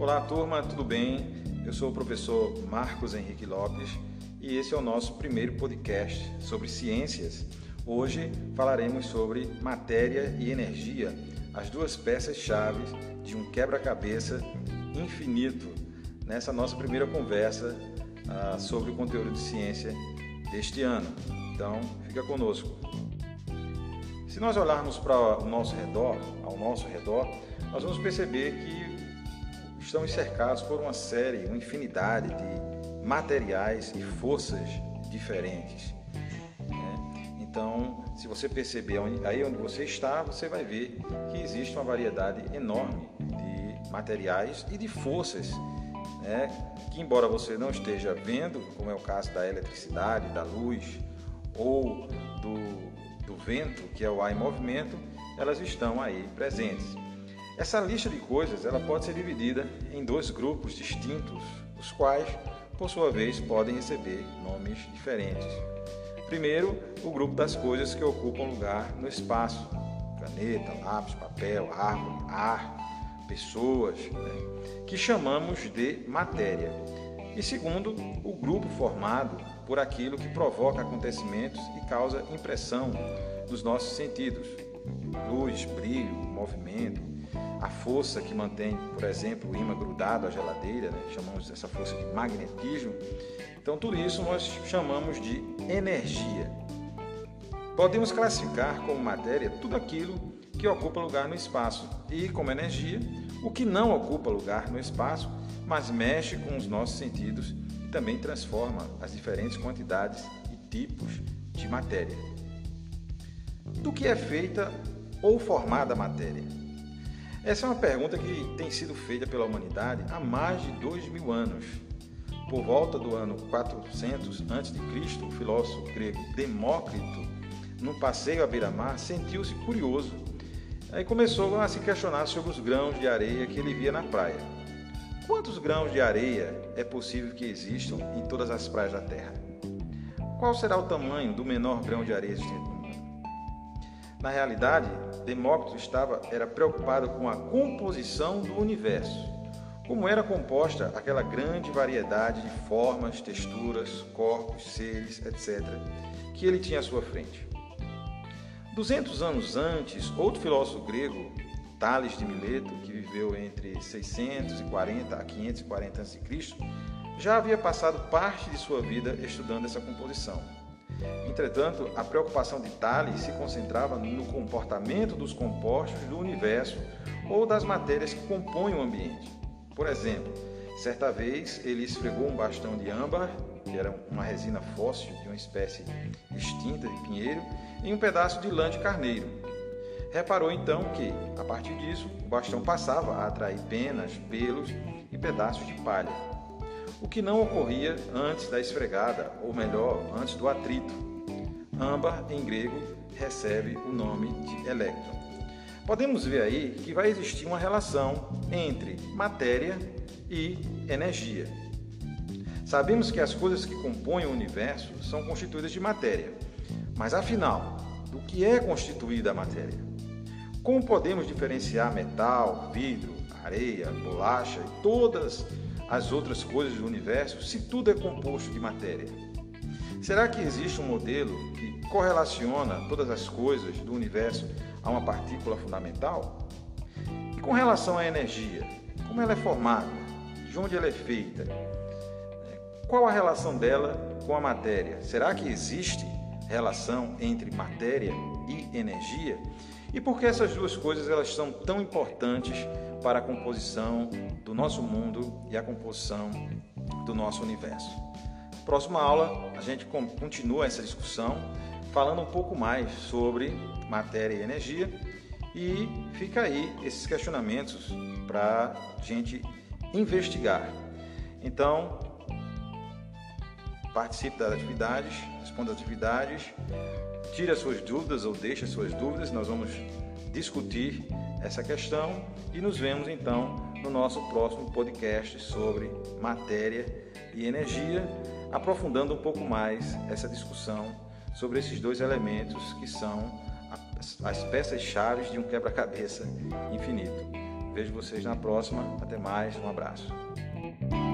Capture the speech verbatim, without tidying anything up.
Olá, turma, tudo bem? Eu sou o professor Marcos Henrique Lopes e esse é o nosso primeiro podcast sobre ciências. Hoje falaremos sobre matéria e energia, as duas peças-chave de um quebra-cabeça infinito, nessa nossa primeira conversa ah, sobre o conteúdo de ciência deste ano. Então, fica conosco. Se nós olharmos para o nosso redor, ao nosso redor, nós vamos perceber que estamos cercados por uma série, uma infinidade de materiais e forças diferentes. Né? Então, se você perceber aí onde você está, você vai ver que existe uma variedade enorme de materiais e de forças, né? Que, embora você não esteja vendo, como é o caso da eletricidade, da luz ou do, do vento, que é o ar em movimento, elas estão aí presentes. Essa lista de coisas ela pode ser dividida em dois grupos distintos, os quais, por sua vez, podem receber nomes diferentes. Primeiro, o grupo das coisas que ocupam lugar no espaço: caneta, lápis, papel, árvore, ar, pessoas, né, que chamamos de matéria. E segundo, o grupo formado por aquilo que provoca acontecimentos e causa impressão dos nossos sentidos: luz, brilho, movimento. A força que mantém, por exemplo, o ímã grudado à geladeira, né? Chamamos essa força de magnetismo. Então, tudo isso nós chamamos de energia. Podemos classificar como matéria tudo aquilo que ocupa lugar no espaço e, como energia, o que não ocupa lugar no espaço, mas mexe com os nossos sentidos e também transforma as diferentes quantidades e tipos de matéria. Do que é feita ou formada a matéria? Essa é uma pergunta que tem sido feita pela humanidade há mais de dois mil anos. Por volta do ano quatrocentos antes de Cristo, o filósofo grego Demócrito, num passeio à beira-mar, sentiu-se curioso e começou a se questionar sobre os grãos de areia que ele via na praia. Quantos grãos de areia é possível que existam em todas as praias da Terra? Qual será o tamanho do menor grão de areia existente no mundo? Na realidade, Demócrito estava era preocupado com a composição do universo, como era composta aquela grande variedade de formas, texturas, corpos, seres, etcétera, que ele tinha à sua frente. Duzentos anos antes, outro filósofo grego, Tales de Mileto, que viveu entre seiscentos e quarenta a quinhentos e quarenta antes de Cristo, já havia passado parte de sua vida estudando essa composição. Entretanto, a preocupação de Tales se concentrava no comportamento dos compostos do universo ou das matérias que compõem o ambiente. Por exemplo, certa vez ele esfregou um bastão de âmbar, que era uma resina fóssil de uma espécie extinta de pinheiro, em um pedaço de lã de carneiro. Reparou então que, a partir disso, o bastão passava a atrair penas, pelos e pedaços de palha, o que não ocorria antes da esfregada, ou melhor, antes do atrito. Âmbar, em grego, recebe o nome de elétron. Podemos ver aí que vai existir uma relação entre matéria e energia. Sabemos que as coisas que compõem o universo são constituídas de matéria, mas afinal, do que é constituída a matéria? Como podemos diferenciar metal, vidro, areia, bolacha e todas as outras coisas do universo se tudo é composto de matéria? Será que existe um modelo que correlaciona todas as coisas do universo a uma partícula fundamental? E com relação à energia, como ela é formada? De onde ela é feita? Qual a relação dela com a matéria? Será que existe relação entre matéria e energia? E por que essas duas coisas elas são tão importantes para a composição do nosso mundo e a composição do nosso universo? Próxima aula, a gente continua essa discussão, falando um pouco mais sobre matéria e energia, e fica aí esses questionamentos para a gente investigar. Então, participe das atividades, responda as atividades, tire as suas dúvidas ou deixe as suas dúvidas, nós vamos discutir essa questão e nos vemos então no nosso próximo podcast sobre matéria e energia, aprofundando um pouco mais essa discussão sobre esses dois elementos que são as peças-chave de um quebra-cabeça infinito. Vejo vocês na próxima. Até mais. Um abraço.